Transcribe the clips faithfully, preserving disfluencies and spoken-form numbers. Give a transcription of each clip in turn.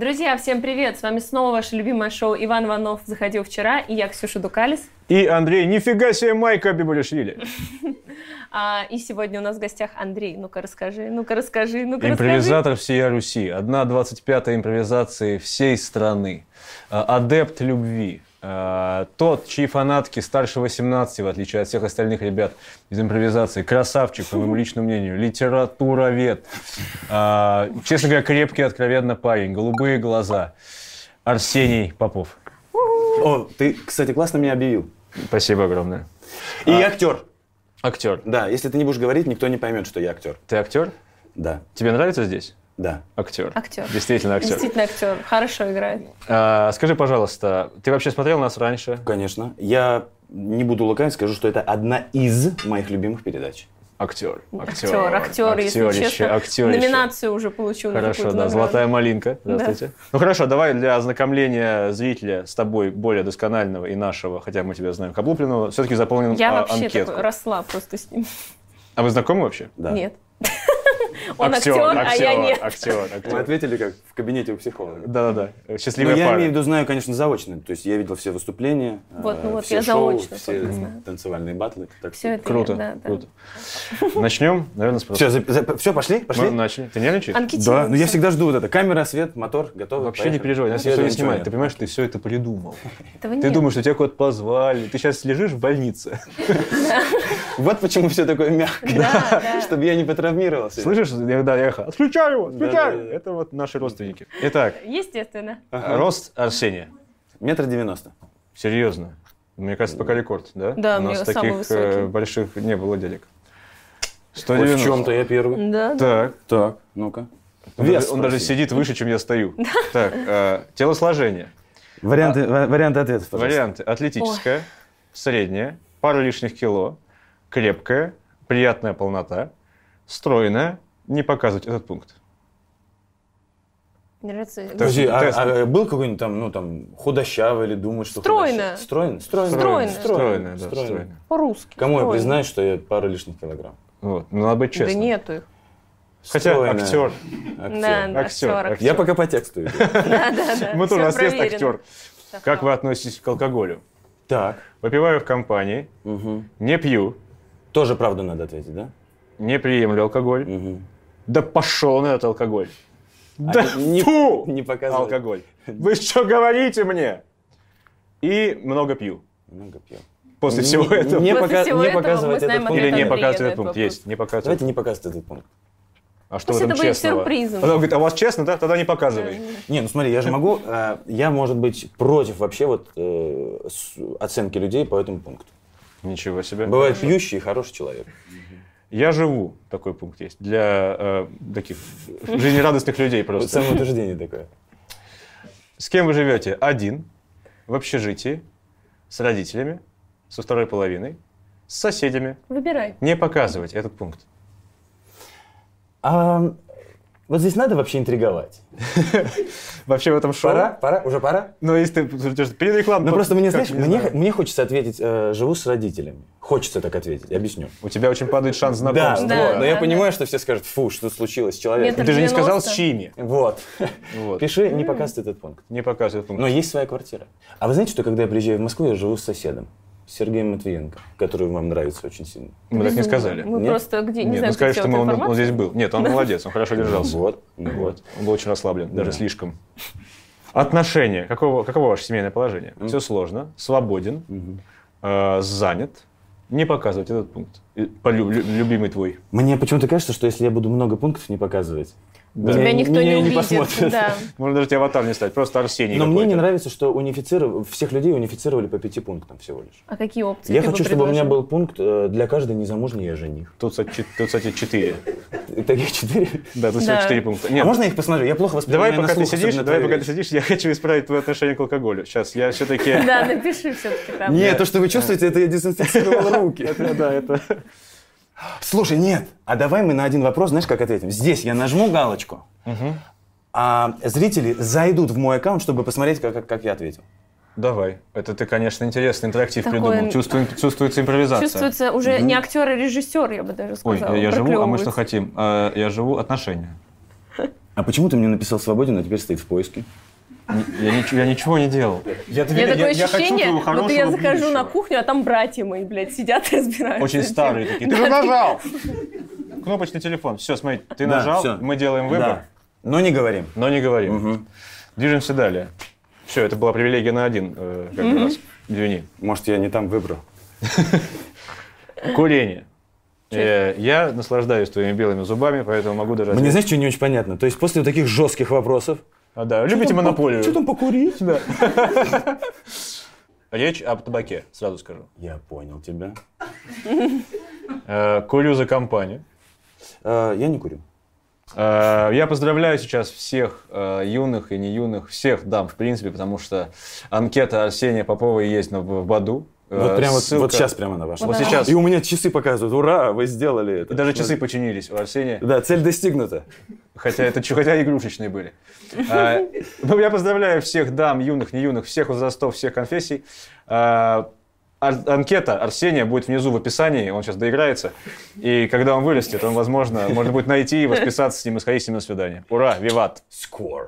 Друзья, всем привет! С вами снова ваше любимое шоу «Иван Иванов заходил вчера», и я, Ксюша Дукалис. И Андрей, нифига себе, Майка Бибулишвили. А, и сегодня у нас в гостях Андрей. Ну-ка расскажи, ну-ка расскажи, ну-ка расскажи. Импровизатор всей Руси. одна двадцать пятая импровизации всей страны. Адепт любви. Тот, чьи фанатки старше восемнадцати, в отличие от всех остальных ребят из импровизации. Красавчик, по моему личному мнению. Литературовед. Честно говоря, крепкий, откровенно парень. Голубые глаза. Арсений Попов. О, ты, кстати, классно меня объявил. Спасибо огромное. И а, актер. Актер. Да, если ты не будешь говорить, никто не поймет, что я актер. Ты актер? Да. Тебе нравится здесь? Да. Актер. Актер. Действительно актер. Действительно актер. Хорошо играет. А, скажи, пожалуйста, ты вообще смотрел нас раньше? Конечно. Я не буду лукавить, скажу, что это одна из моих любимых передач. Актер. Актер, актер, актер если честно. Актерище. Номинацию уже получил. Хорошо, на да. Золотая малинка. Здравствуйте. Да. Ну хорошо, давай для ознакомления зрителя с тобой более досконального и нашего, хотя мы тебя знаем, облупленного, все-таки заполним Я а, вообще анкетку. такой росла просто с ним. А вы знакомы вообще? Да. Нет. Он актер, актер, а я нет. Актер, актер. Мы ответили как в кабинете у психолога. Да-да-да. Счастливая Но я пара. имею в виду, знаю, конечно, заочно. То есть я видел все выступления, Вот, ну вот все я шоу, заочно все знаю. танцевальные батлы. Так Все это круто, я, да, круто. Да. Начнем, наверное, с Все, за, за, все, пошли? Пошли? Мы начали. Ты нервничаешь? Да, ну я всегда жду вот это. Камера, свет, мотор, готовы. Вообще поехали. не переживай, нас никто не снимает. Ты понимаешь, ты все это придумал. Этого Ты нет. думаешь, что тебя куда-то позвали, ты сейчас лежишь в больнице. Вот почему все такое мягкое, чтобы я не потравмировался. Слышишь, иногда эхо? Отключай его, отключай! Да, да, да. Это вот наши родственники. Итак, Естественно. рост Арсения. Метр девяносто. Серьезно. Мне кажется, пока рекорд, да? Да, у у нас меня самый таких высокий. э, больших не было денег. сто Хоть девяносто. в чем-то я первый. Да, да. Так. Так, ну-ка. Он, Вес даже, он даже спроси. сидит выше, чем я стою. Так, э, телосложение. Варианты, ва- варианты ответов, пожалуйста. Варианты. Атлетическое, среднее, пару лишних кило, крепкое, приятная полнота, стройная. Не показывать этот пункт. Мне нравится. Подожди, а, Тест. а был какой-нибудь там, ну там, худощавый или думаешь, что Стройно. худощавый? Стройно? Стройно. Стройно. Стройное, да, Стройно. стройное. По-русски. Кому я стройно. признаюсь, что я пару лишних килограмм? Вот. Ну, надо быть Да честным. нету их. Хотя Стройная. актер. Актер. Да, да, Актер, актер, актер. Я пока по тексту иду. Да, да, да. Мы Всё тоже, у нас есть проверено. актер. Как вы относитесь к алкоголю? Так. Выпиваю в компании, Угу. не пью, Тоже правду надо ответить, да? не приемлю алкоголь. Угу. Да пошел на этот алкоголь. Да не, фу! не показывай. Алкоголь. Вы что говорите мне? И много пью. Много пью. После Не- всего этого. Не, После пока- всего не этого показывать мы знаем этот пункт. Или ответ не Андрея показывать на этот этот пункт. вопрос. Есть, не показывать. Давайте не показывать этот пункт. А что Пусть в этом это будет честного? сюрпризом. Потом говорит, а у вас честно, да? Тогда не показывай. Не, ну смотри, я же могу, э, я, может быть, против вообще вот э, с- оценки людей по этому пункту. Ничего себе. Бывает пьющий и хороший человек. Я живу, такой пункт есть, для э, таких жизнерадостных людей Вот просто. самоутверждение такое. С кем вы живете? Один, в общежитии, с родителями, со второй половиной, с соседями. Выбирай. Не показывать этот пункт. А, вот здесь надо вообще интриговать. Вообще в этом шоу... Пора? Пора? Уже пора? Ну, если ты перед рекламой... Ну просто мне, как, знаешь, не мне, знаю. мне хочется ответить, э, живу с родителями. Хочется так ответить, объясню. У тебя очень падает шанс Да, знакомства. Да, вот, но да, я да. понимаю, что все скажут, фу, что случилось с человеком. Метр Ты же не сказал, с девяносто. чьими. Вот. Вот. Пиши, не показывай этот пункт. Не показывай этот пункт. Но есть своя квартира. А вы знаете, что когда я приезжаю в Москву, я живу с соседом, с Сергеем Матвиенко, который вам нравится очень сильно. Мы так не Безумно. сказали. Мы Нет? просто где, не Нет, знаю, ну где сказать, что взял мы, эту он, он информацию. здесь был. Нет, он молодец, он хорошо держался. Вот. Вот. Вот. Он был очень расслаблен, даже Да. слишком. Отношения. Какого, каково ваше семейное положение? Все сложно, свободен, э, занят. Не показывать этот пункт. И полю- лю- любимый твой. Мне почему-то кажется, что если я буду много пунктов не показывать, Да. Тебя меня- никто меня не не увидит. посмотрит. Да. Можно даже тебе аватар не стать, просто Арсений Но мне какой-то. не нравится, что унифицировали, всех людей унифицировали по пяти пунктам всего лишь. А какие опции Я ты бы хочу, чтобы у меня предложил? был пункт э, для каждой незамужней я жених. Тут, кстати, чет- тут, кстати, четыре. И таких четыре. Да, тут всего Да. четыре пункта. А Нет, можно я их посмотрю? Я плохо воспринимаю давай, пока на ты слух, сидишь, особенно давай, твои пока ты вещи. сидишь, я хочу исправить твое отношение к алкоголю. Сейчас, я все-таки... Да, напиши все-таки там. Нет, то, что вы чувствуете, это я дезинфицировал руки. Это, да, это... Слушай, нет, а давай мы на один вопрос, знаешь, как ответим? Здесь я нажму галочку, а зрители зайдут в мой аккаунт, чтобы посмотреть, как, как, как я ответил. Давай. Это ты, конечно, интересный интерактив Такой- придумал. Чувствую, чувствуется импровизация. Чувствуется уже не актер, а режиссер, я бы даже Ой, сказала. я живу, а мы что проклевывается. хотим? А, я живу отношения. А почему ты мне написал свободен, а теперь стоит в поиске? Я, ничего, я ничего не делал. Я, я, я такое ощущение, вот я захожу будущего. на кухню, а там братья мои, блядь, сидят и разбираются. Очень старые такие. Ты же нажал! Кнопочный телефон. Все, смотри, ты да, нажал, все. Мы делаем выбор. Да. Но не говорим. Но не говорим. Угу. Движемся далее. Все, это была привилегия на один, э, как угу. раз. Извини. Может, я не там выбрал. Курение. Э, я наслаждаюсь твоими белыми зубами, поэтому могу даже... Мне, знаешь, что не очень понятно? То есть после таких жестких вопросов... А, да, любите монополию. Что там покурить? Да. Речь об табаке, сразу скажу. Я понял тебя. Э, курю за компанию. Э, я не курю. Э, я поздравляю сейчас всех э, юных и не юных, всех дам, в принципе, потому что анкета Арсения Попова есть на, в Баду. Вот прямо вот, вот сейчас прямо на вашем. Вот сейчас. И у меня часы показывают. Ура, вы сделали это. И даже часы починились у Арсения. Да, цель достигнута. Хотя это хотя игрушечные были. А, ну, я поздравляю всех дам, юных, не юных, всех возрастов, всех конфессий. А, анкета Арсения будет внизу в описании, он сейчас доиграется. И когда он вырастет, он, возможно, можно будет найти его, списаться с ним и сходить с ним на свидание. Ура, виват. Скор.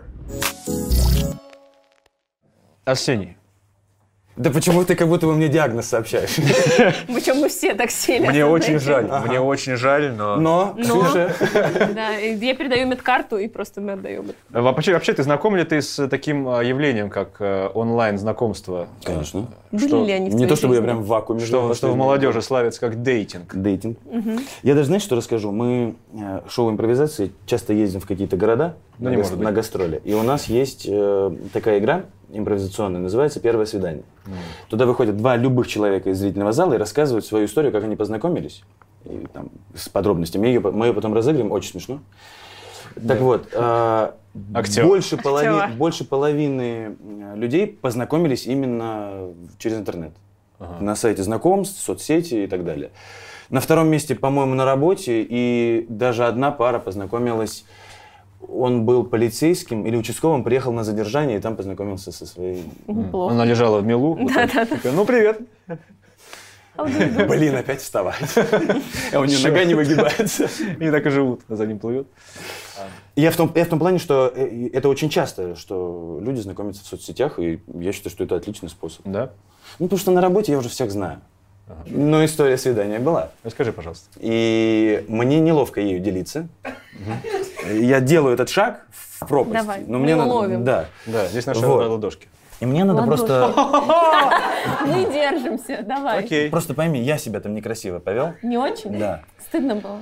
Арсений. Да почему ты как будто бы мне диагноз сообщаешь? Причем мы все так сели. Мне очень жаль, ага. мне очень жаль, но... Но, но... Да, я передаю медкарту и просто мы отдаем это. Вообще, вообще, ты знаком ли ты с таким явлением, как онлайн-знакомство? Конечно. Были что... ли они в Не то, чтобы жизни? я прям в вакууме. Что, что в молодежи славится как дейтинг. Дейтинг. Угу. Я даже, знаешь, что расскажу? Мы шоу импровизации часто ездим в какие-то города ну, на, не га- на гастроли. И у нас есть э, такая игра импровизационная, называется «Первое свидание». Mm. Туда выходят два любых человека из зрительного зала и рассказывают свою историю, как они познакомились. И, там, с подробностями. Ее, мы ее потом разыграем, очень смешно. Так да. вот, э, больше, полови, больше половины людей познакомились именно через интернет. Ага. На сайте знакомств, соцсети и так далее. На втором месте, по-моему, на работе, и даже одна пара познакомилась. Он был полицейским или участковым, приехал на задержание и там познакомился со своей... Неплохо. Она лежала в милу. Да, да, да. Ну, привет. Блин, опять вставать. А у нее нога не выгибается. И так и живут, за ним плывет. Я в, том, я в том плане, что это очень часто, что люди знакомятся в соцсетях, и я считаю, что это отличный способ. Да? Ну, потому что на работе я уже всех знаю. Ага. Но история свидания была. Расскажи, пожалуйста. И мне неловко ею делиться. Угу. Я делаю этот шаг в пропасть. Давай, но мне мы надо... ловим. Да. Да, здесь наши вот. ладошки. И мне надо Ладошки. просто... Мы держимся, давай. Окей. Просто пойми, я себя там некрасиво повел. Не очень? Да. Стыдно было?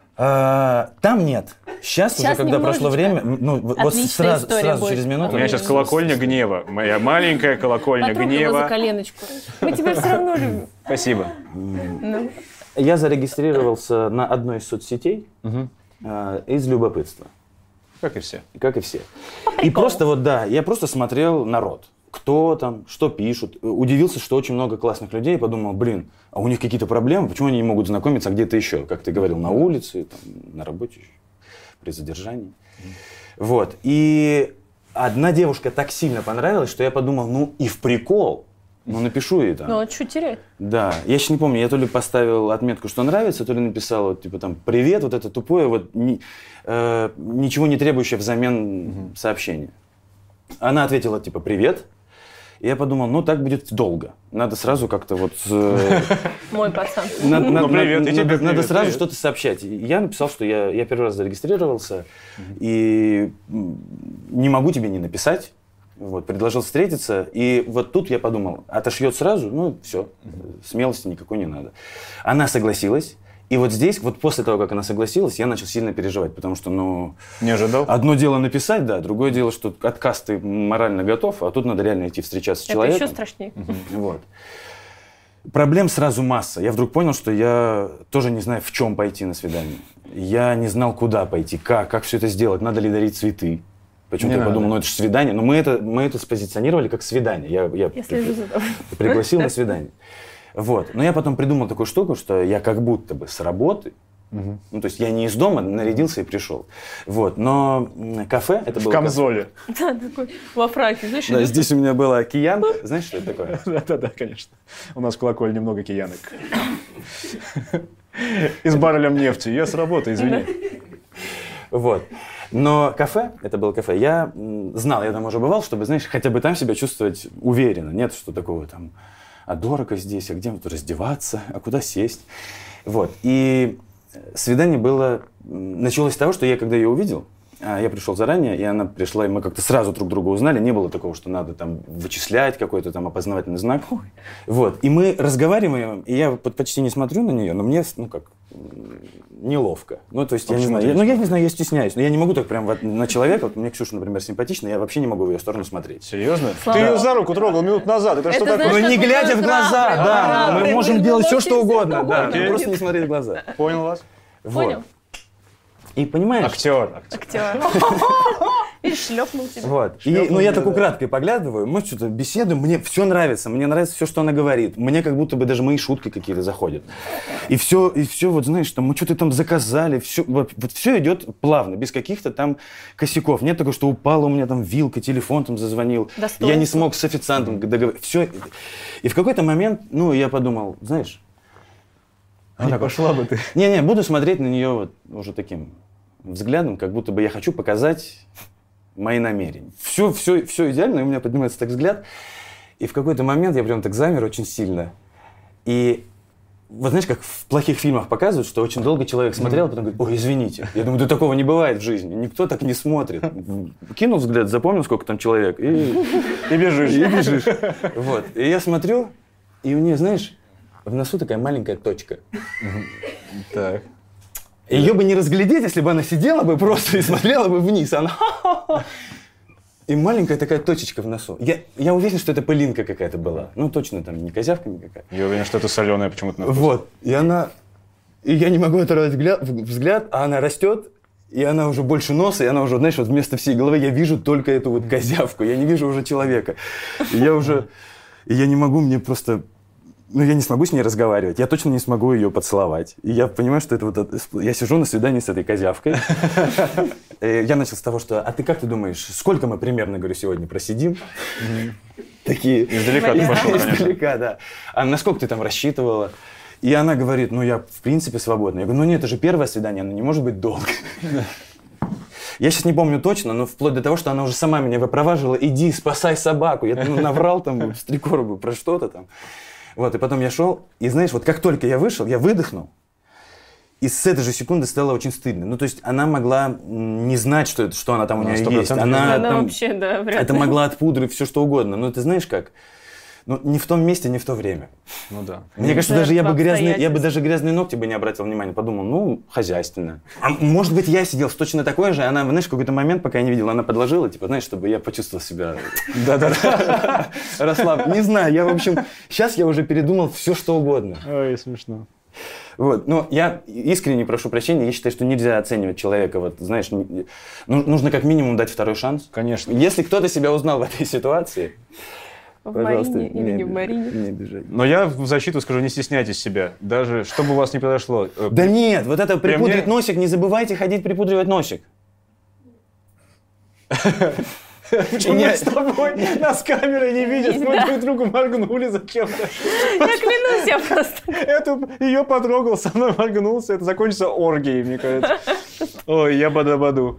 А, там нет. Сейчас, сейчас уже, когда прошло время, ну, вот сразу, сразу через минуту... У меня сейчас колокольня гнева. Моя маленькая колокольня Потрогай гнева. его за коленочку. Мы тебя все равно любим. Спасибо. Ну. Я зарегистрировался на одной из соцсетей угу. э, из любопытства. Как и все. Как и все. И просто вот, да, я просто смотрел народ. Кто там, что пишут. Удивился, что очень много классных людей. Подумал, блин, а у них какие-то проблемы? Почему они не могут знакомиться где-то еще? Как ты говорил, на улице, там, на работе, при задержании. Mm. Вот. И одна девушка так сильно понравилась, что я подумал, ну и в прикол. Ну, напишу ей там. Ну, а что терять? Да. Я еще не помню, я то ли поставил отметку, что нравится, то ли написал, вот, типа, там, привет, вот это тупое, вот, ни, э, ничего не требующее взамен mm-hmm. сообщение. Она ответила, типа, привет. И я подумал, ну, так будет долго. Надо сразу как-то вот... Мой пацан. Ну, привет, Надо сразу что-то сообщать. Я написал, что я первый раз зарегистрировался, и не могу тебе не написать. Вот, предложил встретиться, и вот тут я подумал, отошьет сразу, ну, все, смелости никакой не надо. Она согласилась. И вот здесь, вот после того, как она согласилась, я начал сильно переживать, потому что, ну... Не ожидал? Одно дело написать, да, другое дело, что отказ ты морально готов, а тут надо реально идти встречаться с Это человеком. еще страшнее. Вот. Проблем сразу масса. Я вдруг понял, что я тоже не знаю, в чем пойти на свидание. Я не знал, куда пойти, как, как все это сделать, надо ли дарить цветы. Почему-то я подумал, ну это же свидание. Но мы это, мы это спозиционировали как свидание. Я, я, я слежу за тобой. Пригласил на свидание. Вот. Но я потом придумал такую штуку, что я как будто бы с работы, угу. ну то есть я не из дома, нарядился и пришел. Вот. Но кафе, это было... В камзоле. Да, такой во фраке, знаешь? Да, здесь у меня была киянка. Знаешь, что это такое? Да-да-да, конечно. У нас в колокольне много киянок. И с баррелем нефти. Я с работы, извини. Вот. Но кафе, это было кафе, я знал, я там уже бывал, чтобы, знаешь, хотя бы там себя чувствовать уверенно. Нет, что такого там, а дорого здесь, а где раздеваться, а куда сесть. Вот. И свидание было, началось с того, что я, когда ее увидел, я пришел заранее, и она пришла, и мы как-то сразу друг друга узнали. Не было такого, что надо там вычислять какой-то там опознавательный знак. Ой. Вот. И мы разговариваем, и я почти не смотрю на нее, но мне, ну как, неловко. Ну, то есть, я не знаю, я, ну, я не знаю, я стесняюсь, но я не могу так прям вот на человека, вот мне Ксюша, например, симпатична, я вообще не могу в ее сторону смотреть. Серьезно? Слава. Ты ее за руку трогал минут назад, это, это что такое? Ну, не глядя в глаза, да, да, мы можем делать все, что угодно, да, просто не смотреть в глаза. Понял вас? Понял. И понимаешь... Актер. Актер. И шлепнул тебя. Вот. И, ну, я так украдкой поглядываю, мы что-то беседуем, мне все нравится, мне нравится все, что она говорит. Мне как будто бы даже мои шутки какие-то заходят. И все, и все, вот знаешь, там, мы что-то там заказали, все, вот, вот все идет плавно, без каких-то там косяков. Нет такого, что упала у меня там вилка, телефон там зазвонил. Достоинство. Я не смог с официантом договориться. Все. И в какой-то момент, ну, я подумал, знаешь... А не пошла бы ты. Не-не, буду смотреть на нее вот уже таким взглядом, как будто бы я хочу показать мои намерения. Все, все, все идеально, и у меня поднимается так взгляд. И в какой-то момент я прям так замер очень сильно. И вот знаешь, как в плохих фильмах показывают, что очень долго человек смотрел, а потом говорит, ой, извините. Я думаю, да такого не бывает в жизни. Никто так не смотрит. Кинул взгляд, запомнил, сколько там человек, и... И бежишь. И бежишь. Вот. И я смотрю, и у нее, знаешь, в носу такая маленькая точка. Так. Ее бы не разглядеть, если бы она сидела бы просто и смотрела бы вниз. Она... И маленькая такая точечка в носу. Я, я уверен, что это пылинка какая-то была. Ну, точно там не козявка никакая. Я уверен, что это соленое почему-то на вкус. Вот. И она... И я не могу оторвать взгляд, взгляд, а она растет, и она уже больше носа, и она уже, знаешь, вот вместо всей головы я вижу только эту вот козявку. Я не вижу уже человека. И я уже... И я не могу, мне просто... Ну, я не смогу с ней разговаривать, я точно не смогу ее поцеловать. И я понимаю, что это вот... Я сижу на свидании с этой козявкой. Я начал с того, что... А ты как ты думаешь, сколько мы примерно, говорю, сегодня просидим? Такие... Издалека ты пошел, конечно. Издалека, да. А насколько ты там рассчитывала? И она говорит, ну, я в принципе свободна. Я говорю, ну, нет, это же первое свидание, оно не может быть долго. Я сейчас не помню точно, но вплоть до того, что она уже сама меня выпроваживала, иди, спасай собаку. Я ну, наврал там с три короба про что-то там. Вот, и потом я шел, и знаешь, вот как только я вышел, я выдохнул, и с этой же секунды стало очень стыдно. Ну, то есть она могла не знать, что, это, что она там у нее есть. Она, она там, вообще, да, вряд ли. Это могла отпудрить все, что угодно. Но ты знаешь как? Ну, не в том месте, не в то время. Ну да. Мне кажется, даже я бы, грязные, я бы даже грязные ногти бы не обратил внимания. Подумал, ну, хозяйственно. А может быть, я сидел в точно такой же, она, знаешь, в какой-то момент, пока я не видел, она подложила, типа, знаешь, чтобы я почувствовал себя... Да-да-да. Расслаблен. Не знаю, я, в общем, сейчас я уже передумал все, что угодно. Ой, смешно. Вот, но я искренне прошу прощения, я считаю, что нельзя оценивать человека, вот, знаешь, не, нужно как минимум дать второй шанс. Конечно. Если кто-то себя узнал в этой ситуации... В Марине или не в Марине. Не бежать. Но я в защиту скажу, не стесняйтесь себя. Даже, что бы у вас ни произошло. Да нет, вот это припудрить мне... носик, не забывайте ходить припудривать носик. Почему мы с тобой нас камерой не видят, мы друг другу моргнули зачем-то. Я клянусь, я просто... Эту ее потрогал, со мной моргнулся, это закончится оргией, мне кажется. Ой, я бада-баду.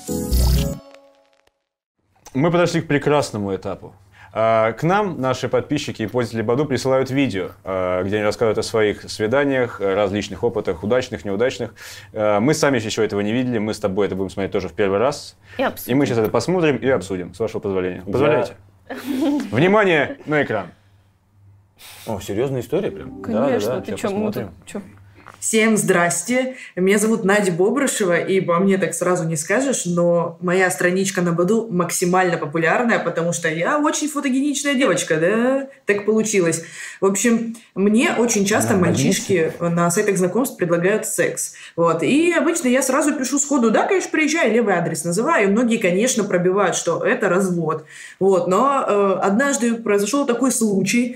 Мы подошли к прекрасному этапу. К нам наши подписчики и пользователи Баду присылают видео, где они рассказывают о своих свиданиях, различных опытах, удачных, неудачных. Мы сами еще этого не видели, мы с тобой это будем смотреть тоже в первый раз. И обсудим. И мы сейчас это посмотрим и обсудим, с вашего позволения. Позволяете? Я... Внимание на экран. О, серьезная история прям? Конечно, да, да, ты что, мы тут... Чё? Всем здрасте, меня зовут Надя Бобрышева, и по мне так сразу не скажешь, но моя страничка на Баду максимально популярная, потому что я очень фотогеничная девочка, да, так получилось. В общем, мне очень часто а, мальчишки больница? на сайтах знакомств предлагают секс, вот, и обычно я сразу пишу сходу, да, конечно, приезжай, левый адрес называю, и многие, конечно, пробивают, что это развод, вот, но э, однажды произошел такой случай.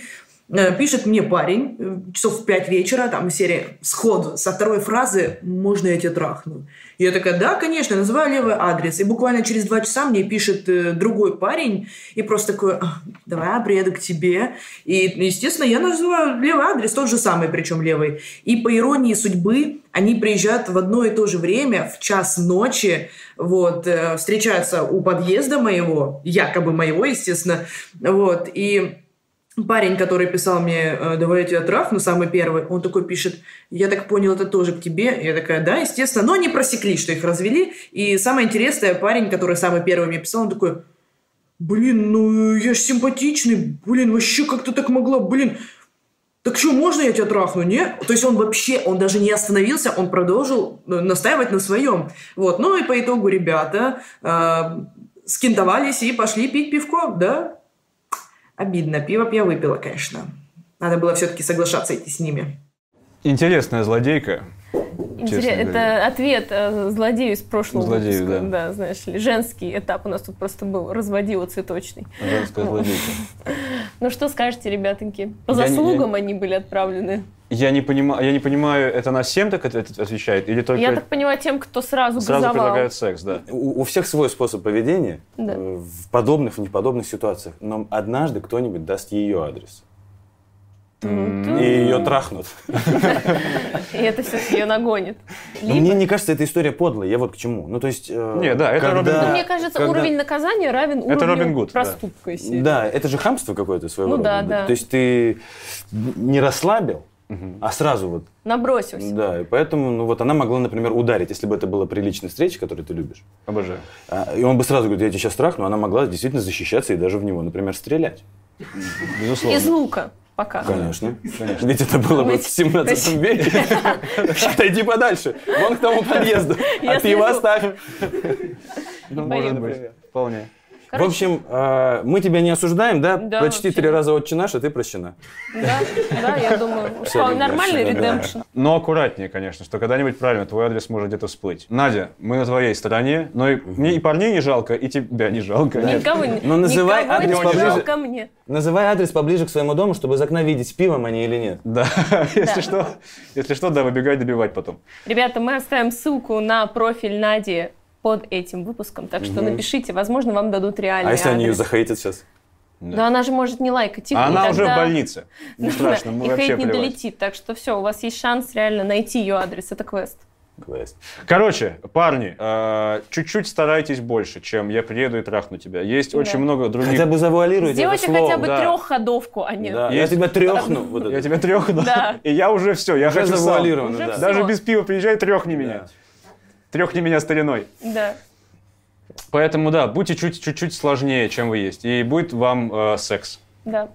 Пишет мне парень часов в пять вечера, там, серия сходу, со второй фразы «Можно я тебя трахну?» И я такая, да, конечно, называю левый адрес. И буквально через два часа мне пишет другой парень и просто такой, давай я приеду к тебе. И, естественно, я называю левый адрес, тот же самый, причем левый. И по иронии судьбы они приезжают в одно и то же время, в час ночи, вот, встречаются у подъезда моего, якобы моего, естественно, вот, и... Парень, который писал мне, давай я тебя трахну, самый первый, он такой пишет, я так понял, это тоже к тебе. Я такая, да, естественно. Но они просекли, что их развели. И самое интересное, парень, который самый первый мне писал, он такой, блин, ну я ж симпатичный, блин, вообще как ты так могла, блин, так что, можно я тебя трахну, не? То есть он вообще, он даже не остановился, он продолжил настаивать на своем. Вот, ну и по итогу ребята э, скинтовались и пошли пить пивко, да? Обидно. Пиво я выпила, конечно. Надо было все-таки соглашаться идти с ними. Интересная злодейка. Интерес... Это ответ э, злодею из прошлого Злодею, выпуска. да. Да, знаешь ли. Женский этап у нас тут просто был. Разводила цветочный. Женская злодейка. Ну что скажете, ребятоньки? По заслугам они были отправлены. Я не понимаю, я не понимаю, это на всем так отвечает или только... Я так понимаю, тем, кто сразу газовал. Сразу предлагает секс, да. У, у всех свой способ поведения да. в подобных, в неподобных ситуациях. Но однажды кто-нибудь даст ее адрес. Mm-hmm. И ее трахнут. И это все-таки ее нагонит. Мне не кажется, эта история подлая. Я вот к чему. Ну, то есть... Не, да, это Робин Гуд. Мне кажется, уровень наказания равен уровню проступка. Да, это же хамство какое-то своего рода. Ну да, да. То есть ты не расслабил, а сразу вот... Набросился. Да, и поэтому ну, вот она могла, например, ударить, если бы это была приличная встреча, которую ты любишь. Обожаю. А, и он бы сразу говорит, я тебя сейчас трахну, она могла действительно защищаться и даже в него, например, стрелять. Безусловно. Из лука пока. Конечно. Конечно. Ведь это было бы в семнадцатом веке. Отойди подальше, вон к тому подъезду, а ты его оставь. Ну, может быть, вполне. Короче, в общем, э, мы тебя не осуждаем, да? Да почти вообще. три раза отче наш, а ты прощена. Да, да, я думаю, что нормальный редемпшн. Но аккуратнее, конечно, что когда-нибудь правильно твой адрес может где-то всплыть. Надя, мы на твоей стороне, но и, мне и парней не жалко, и тебя не жалко. Никого не, но называй никого адрес не поближе. жалко мне. Называй адрес поближе к своему дому, чтобы из окна видеть, пивом они или нет. Да, если что, если что, да, выбегай добивать потом. Ребята, мы оставим ссылку на профиль Нади под этим выпуском, так что угу. напишите, возможно, вам дадут реальный А если адрес. они ее захейтят сейчас? Да. Да она же может не лайкать их. А она тогда... уже в больнице. Не страшно, мы и вообще хейт не плевать. долетит, так что все, у вас есть шанс реально найти ее адрес. Это квест. Квест. Короче, парни, э, чуть-чуть старайтесь больше, чем я приеду и трахну тебя. Есть да. очень много других... Хотя бы завуалируйте Сделайте это слово. хотя бы да. трехходовку, а не... Да. Есть... Я тебя трехну. Вот я тебя трехну, да. и я уже все, я уже хочу сам. Уже да. Даже без пива приезжай, трехни меня. Да. Трехни меня стариной. Да. Поэтому, да, будьте чуть, чуть-чуть сложнее, чем вы есть, и будет вам э, секс. Да.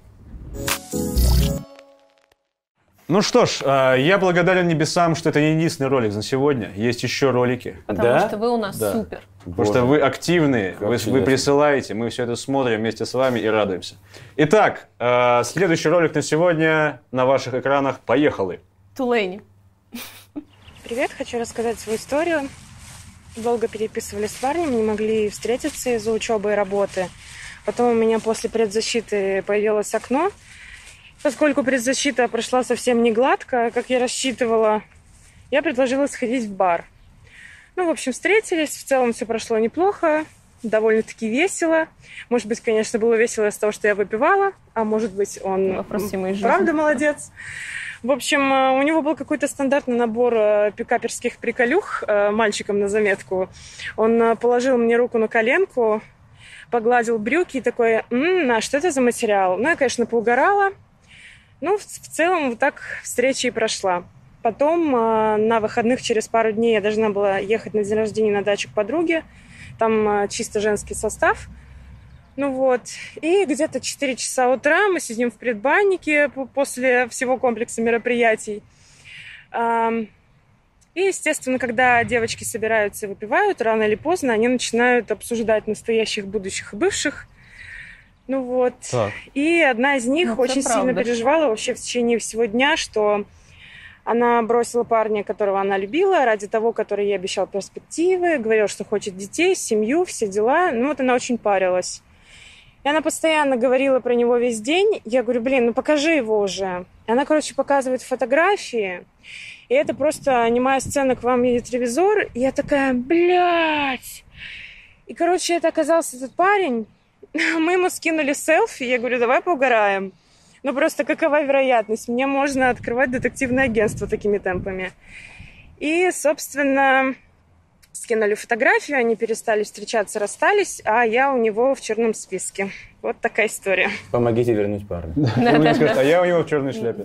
Ну что ж, э, я благодарен небесам, что это не единственный ролик за сегодня. Есть еще ролики. Потому да? что вы у нас да. супер. Потому Боже. Что вы активные, вы, вы присылаете, мы все это смотрим вместе с вами и радуемся. Итак, э, следующий ролик на сегодня на ваших экранах. Поехали. Тулейни. Привет, хочу рассказать свою историю. Долго переписывались с парнем, не могли встретиться из-за учебы и работы. Потом у меня после предзащиты появилось окно. Поскольку предзащита прошла совсем не гладко, как я рассчитывала, я предложила сходить в бар. Ну, в общем, встретились, в целом все прошло неплохо, довольно-таки весело. Может быть, конечно, было весело из-за того, что я выпивала, а может быть, он правда молодец. В общем, у него был какой-то стандартный набор пикаперских приколюх мальчикам на заметку. Он положил мне руку на коленку, погладил брюки и такой, «М-м, а что это за материал?» Ну, я, конечно, поугорала. Ну, в, в целом, вот так встреча и прошла. Потом на выходных через пару дней я должна была ехать на день рождения на дачу к подруге. Там чисто женский состав. Ну вот, и где-то четыре часа утра мы сидим в предбаннике после всего комплекса мероприятий. И, естественно, когда девочки собираются и выпивают, рано или поздно они начинают обсуждать настоящих, будущих и бывших. Ну вот, так. И одна из них ну, очень сильно правда. переживала вообще в течение всего дня, что она бросила парня, которого она любила, ради того, который ей обещал перспективы, говорила, что хочет детей, семью, все дела. Ну вот она очень парилась. И И она постоянно говорила про него весь день. Я говорю, блин, ну покажи его уже. И она, короче, показывает фотографии. И это просто немая сцена, к вам едет ревизор. И я такая, блядь. И, короче, это оказался этот парень. Мы ему скинули селфи. Я говорю, давай поугараем. Ну просто какова вероятность? Мне можно открывать детективное агентство такими темпами. И, собственно, скинули фотографию, они перестали встречаться, расстались, а я у него в черном списке. Вот такая история. Помогите вернуть парня. А я у него в черной шляпе.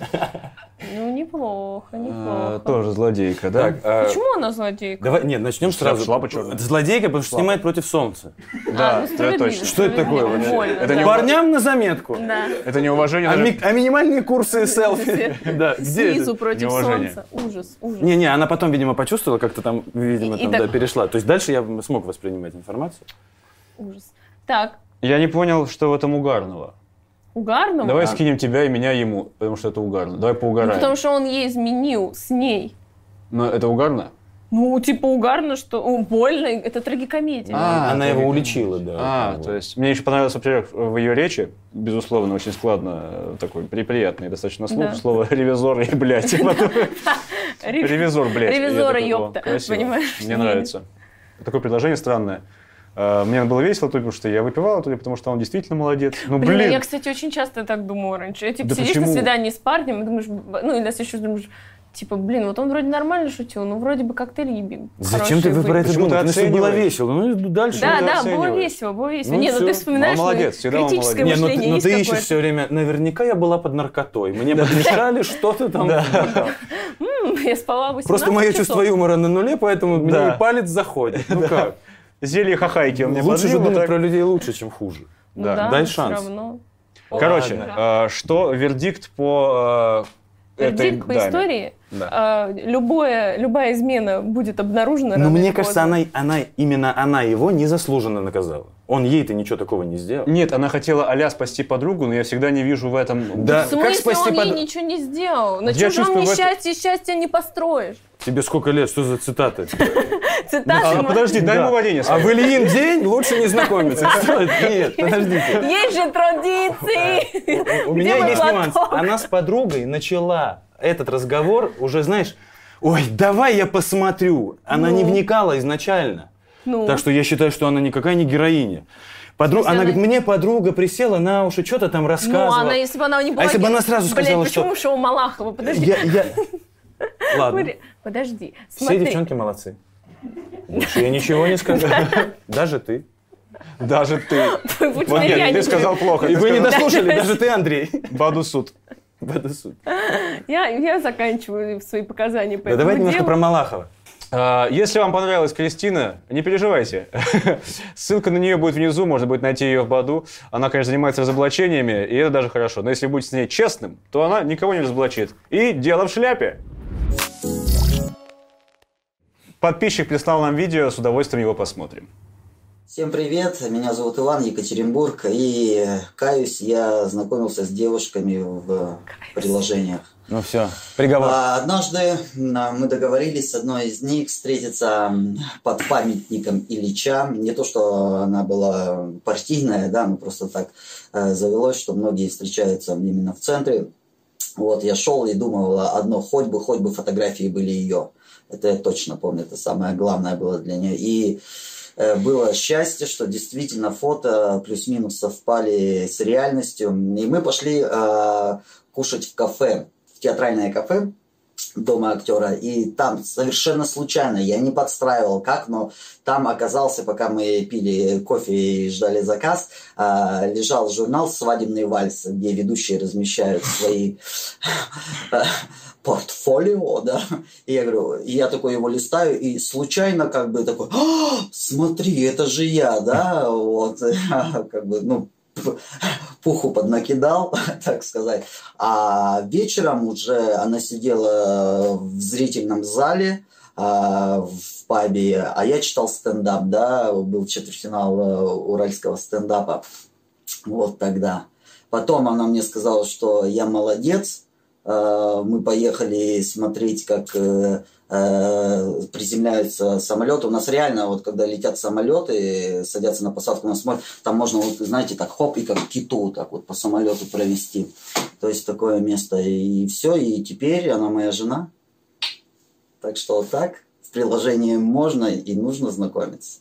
Ну, неплохо, неплохо. Тоже злодейка, да? Почему она злодейка? Давай, нет, начнем сразу. Шляпа черная. Это злодейка, потому что снимает против солнца. Да, это точно. Что это такое вообще? Это не Парням на заметку. Да. Это неуважение. А, ми- а минимальные курсы селфи. Да, где Снизу это? против Неуважение. солнца. Ужас, ужас. Не-не, она потом, видимо, почувствовала, как-то там, видимо, И- и там, так- да, перешла. То есть дальше я смог воспринимать информацию. Ужас. Так, Я не понял, что в этом угарного. угарному? Давай скинем тебя и меня ему, потому что это угарно. Давай поугараем. Ну, потому что он ей изменил с ней. Но это угарно? Ну, типа угарно, что о, больно, это трагикомедия. А, Она это его видно. уличила, да. А, вот. то есть мне еще понравилось, во-первых, в ее речи, безусловно, очень складно, э, такой при- приятный достаточно слух, Да. слово ревизор и блядь. Ревизор, блядь. Ревизора, И я такой, о, ёпта, красиво. понимаешь? Мне нравится. Такое предложение странное. А, Мне было весело, то ли потому что я выпивал, то ли потому что он действительно молодец. Ну, Блин, блин. я, кстати, очень часто так думала раньше. Я, типа, Да сидишь почему? на свидании с парнем и думаешь, б- ну, или на следующий раз думаешь, типа, блин, вот он вроде нормально шутил, но вроде бы коктейль ебим. Зачем ты вы про это Почему ты думаешь? Потому что было оцениваешь? весело. Ну, и дальше. Да, ты да, было оцениваешь? весело, было весело. Ну, Не, ну всё. ты вспоминаешь, Ну, молодец, ну, всегда он критическое молодец. Не, ну, мышление ну есть ты ищешь какое-то. все время. Наверняка я была под наркотой. Мне подмешали что-то там. М, Я спала восемнадцать Просто мое часов. чувство юмора на нуле, поэтому мне Да. и палец заходит. Ну как? Зелье хахайки он мне Лучше же подлил, вот думать так. про людей лучше, чем хуже. Ну Да, дай всё шанс. равно. Короче, Ладно. э, что вердикт по э, этой Вердикт по даме? истории, Да. а, любое, любая измена будет обнаружена. Но рано мне или кажется, поздно. она, она, именно она его незаслуженно наказала. Он ей-то ничего такого не сделал. Нет, она хотела а-ля спасти подругу, но я всегда не вижу в этом... Да. В смысле, Как спасти он под- ей ничего не сделал? На Я чужом чувствую в этом- несчастье счастье не построишь. Тебе сколько лет? Что за цитаты? Цитата. А, подожди, дай Да. ему водение. А в Ильин день лучше не знакомиться. Что это? Нет, подождите. Есть же традиции. У Где меня мой есть нюанс. платок? Она с подругой начала этот разговор уже, знаешь, ой, давай я посмотрю. Она Ну. не вникала изначально. Ну, Так что я считаю, что она никакая не героиня. Подруга, В смысле, она она- говорит, мне подруга присела на уши, что-то там ну, рассказывала. она, если бы она не была... А если бы она сразу Блядь, сказала, почему что- шоу Малахова? Подожди. Я, я... Ладно, Смотри, Подожди. все Смотри. девчонки молодцы. Больше я ничего не скажу. Даже ты. Даже ты. Будь Вот моя нет, ты нянечка. сказал плохо. И ты вы не сказал, дослушали, даже ты, Андрей. Баду суд. Бадасуд. Я, я заканчиваю свои показания по Да этому давайте немножко делу. про Малахова. А, Если вам понравилась Кристина, не переживайте. Ссылка на нее будет внизу, можно будет найти ее в Баду. Она, конечно, занимается разоблачениями, и это даже хорошо. Но если будете с ней честным, то она никого не разоблачит. И дело в шляпе. Подписчик прислал нам видео, с удовольствием его посмотрим. Всем привет, меня зовут Иван, Екатеринбург, и э, каюсь, я знакомился с девушками в приложениях. Ну все, приговор. А, Однажды м, мы договорились с одной из них встретиться м, под памятником Ильича. Не то, что она была партийная, да, но просто так э, завелось, что многие встречаются именно в центре. Вот, я шел и думал одно, хоть бы, хоть бы фотографии были ее. Это я точно помню, это самое главное было для нее. И э, было счастье, что действительно фото плюс-минус совпали с реальностью. И мы пошли э, кушать в кафе, в театральное кафе Дома актера. И там совершенно случайно, я не подстраивал как, но там оказался, пока мы пили кофе и ждали заказ, э, лежал журнал «Свадебный вальс», где ведущие размещают свои портфолио, да, и я говорю, и я такой его листаю, и случайно как бы такой, «А, смотри, это же я, да, вот, как бы, ну, пуху поднакидал, так сказать, а вечером уже она сидела в зрительном зале, в пабе, а я читал стендап, да, был четвертьфинал уральского стендапа, вот тогда. Потом она мне сказала, что я молодец, Мы поехали смотреть, как приземляются самолеты. У нас реально, вот когда летят самолеты, садятся на посадку на самолет, там можно, вот, знаете, так хоп, и как киту так вот по самолету провести. То есть такое место. И все, и теперь она моя жена. Так что вот так в приложении можно и нужно знакомиться.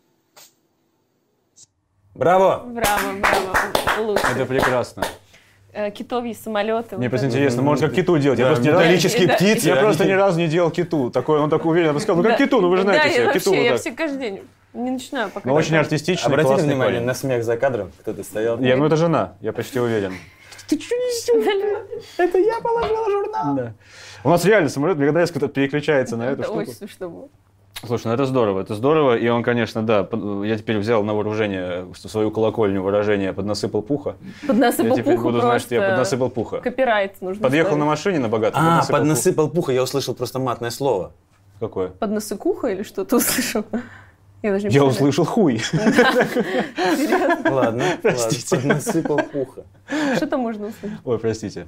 Браво! Браво, браво. Лучше. Это прекрасно. Китовьи самолеты. Мне вот просто это. интересно, может, как киту делать? Я Да, просто ни разу- металлические Да, птицы. Я они- просто ни разу не делал киту. Такой, он так уверенно сказал, ну как Да. киту, ну вы же знаете Да, все, я киту вообще, я вот все так. каждый день не начинаю пока. Но очень артистичный, Обратите классный внимание парень. на смех за кадром? Кто-то стоял. Я, ну это жена, я почти уверен. Ты что несешь? Это я положила журнал. Да. У нас реально самолет, мне нравится, когда переключается на эту Это штуку. очень смешно было. Слушай, ну это здорово, это здорово, и он, конечно, да, под- я теперь взял на вооружение в свою колокольню выражение «поднасыпал пуха». Поднасыпал Я теперь пуху буду знать, что я просто. поднасыпал пуха. Копирайт нужно Подъехал ставить. на машине на богатом, А, поднасыпал поднасыпал пуха. Я услышал просто матное слово. пух. Какое? Поднасыкуха или что ты услышал? Я, даже не Я представляю. услышал хуй. Ладно, ладно. Простите. Поднасыпал пуха. Что там можно услышать? Ой, простите.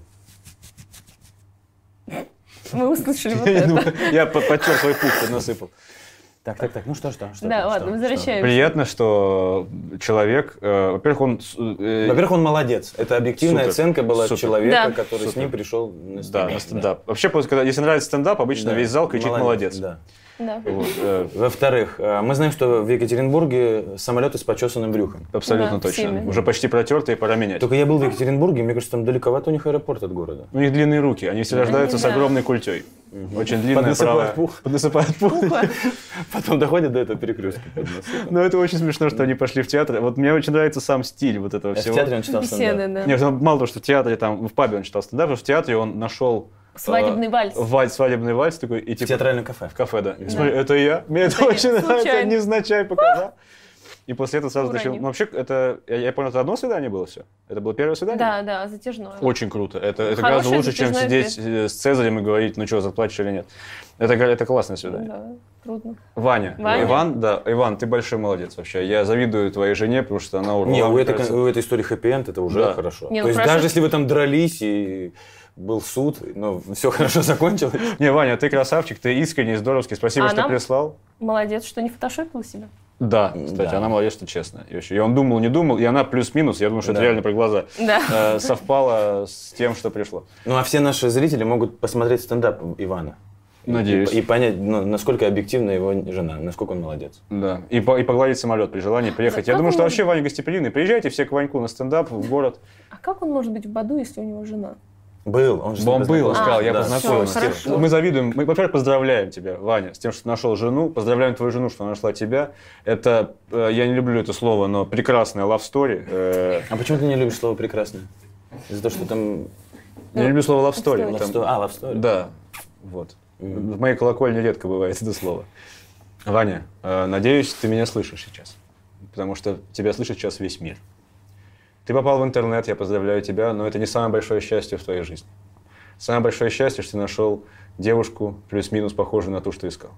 Мы услышали вот Я это. Я по- потер свой пух, поднасыпал. Так, так, так. Ну что, что? что Да, что, ладно, что, возвращаемся. Приятно, что человек, э, во-первых, он... с- э, что? Во-первых, он молодец. Это объективная Супер, оценка была супер. человека, Да. который с Супер. ним пришел на да, стендап. на стендап. Вообще, после- когда, если нравится стендап, обычно Да. весь зал кричит «молодец». Да. Да. Вот, э, Во-вторых, э, мы знаем, что в Екатеринбурге самолеты с почесанным брюхом. абсолютно Да, точно. всеми. Уже почти протертые, пора менять. Только я был в Екатеринбурге, мне кажется, там далековато у них аэропорт от города. У них длинные руки, они все рождаются с да. огромной культей. Очень длинная Поднасыпают правая. пух. Поднасыпают пух. Потом доходят до этого перекрестка. Но это очень смешно, что они пошли в театр. Вот мне очень нравится сам стиль вот этого В всего. театре он читал Беседы, стендап. да. Нет, он мало того, что в театре, там, в пабе он читал стендап, а в театре он нашел... Свадебный э, вальс. вальс, свадебный вальс такой. И, В типа, театральном кафе. в кафе, да. И смотри, это я. Мне это, Это я. очень нравится. Случайно. Невзначай показал. И после этого сразу Уронил. начал... Ну, вообще, это... Я, я понял, это одно свидание было все? Это было первое свидание? Да, да, затяжное. Очень круто. Это, это Хорошее гораздо лучше, чем затяжное сидеть э, с Цезарем и говорить, ну что, заплатишь или нет. Это, га- это классное свидание. Да, трудно. Ваня. Ваня. Иван, да. Иван, ты большой молодец вообще. Я завидую твоей жене, потому что она урвала. Не, у мне этой, кажется. у этой истории хэппи-энд, это уже Да. хорошо. Не, ну То есть хорошо. даже если вы там дрались и был суд, но все хорошо закончилось. Не, Ваня, ты красавчик, ты искренний, здоровский. Спасибо, А что нам? прислал. Молодец, что не фотошопила себя. Да, кстати, Да. она молодец, что честно. И вообще, и он думал, не думал, и она плюс-минус, я думаю, что Да. это реально про глаза, Да. э, совпало с тем, что пришло. Ну а все наши зрители могут посмотреть стендап Ивана. И- Надеюсь. И, и понять, ну, насколько объективна его жена, насколько он молодец. Да. И, по- и погладить самолет при желании приехать. Да Я как думаю, он что может- вообще Ваня гостеприимный. Приезжайте все к Ваньку на стендап в город. А как он может быть в Баду, если у него жена? Был, он же с Он ним был, он познакомился. сказал, я Да. познакомился. Всё, хорошо. Мы завидуем. Мы, во-первых, поздравляем тебя, Ваня, с тем, что ты нашел жену. Поздравляем твою жену, что она нашла тебя. Это, э, я не люблю это слово, но прекрасная love story. Э, А почему ты не любишь слово «прекрасно»? Из-за того, что там... Я не люблю слово love story. Love Love там- story. А, love story. Да, вот. В моей колокольне редко бывает это слово. Ваня, э, надеюсь, ты меня слышишь сейчас. Потому что тебя слышит сейчас весь мир. Ты попал в интернет, я поздравляю тебя, но это не самое большое счастье в твоей жизни. Самое большое счастье, что ты нашел девушку плюс-минус похожую на ту, что искал.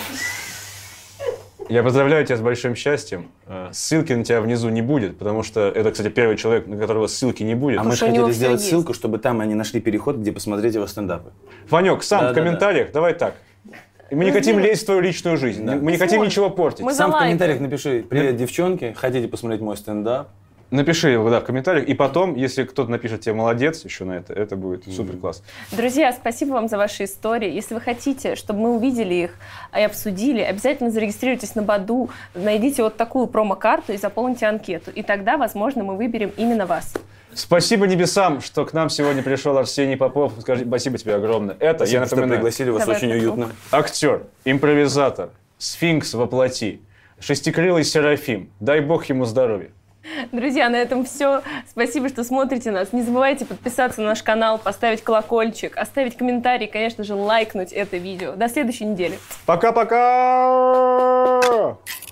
Я поздравляю тебя с большим счастьем. Э, Ссылки на тебя внизу не будет, потому что это, кстати, первый человек, на которого ссылки не будет. А мы же что у него хотели всё сделать есть. ссылку, чтобы там они нашли переход, где посмотреть его стендапы. Ванек, сам Да, в да, комментариях, давай так. И мы не Ну, хотим сделай. лезть в твою личную жизнь. Да. Мы не хотим Посмотрим. ничего портить. Мы Сам в залайкаем. комментариях напиши: «Привет, девчонки, хотите посмотреть мой стендап?» Напиши его, да, в комментариях. И потом, если кто-то напишет тебе молодец еще на это, это будет супер класс. Друзья, спасибо вам за ваши истории. Если вы хотите, чтобы мы увидели их и обсудили, обязательно зарегистрируйтесь на Баду, найдите вот такую промо-карту и заполните анкету. И тогда, возможно, мы выберем именно вас. Спасибо небесам, что к нам сегодня пришел Арсений Попов. Скажи, спасибо тебе огромное. Это, Спасибо, я что напоминаю, пригласили вас, Давай, очень Попов. уютно. актер, импровизатор, сфинкс воплоти, шестикрылый серафим. Дай бог ему здоровья. Друзья, на этом все. Спасибо, что смотрите нас. Не забывайте подписаться на наш канал, поставить колокольчик, оставить комментарий, конечно же, лайкнуть это видео. До следующей недели. Пока-пока!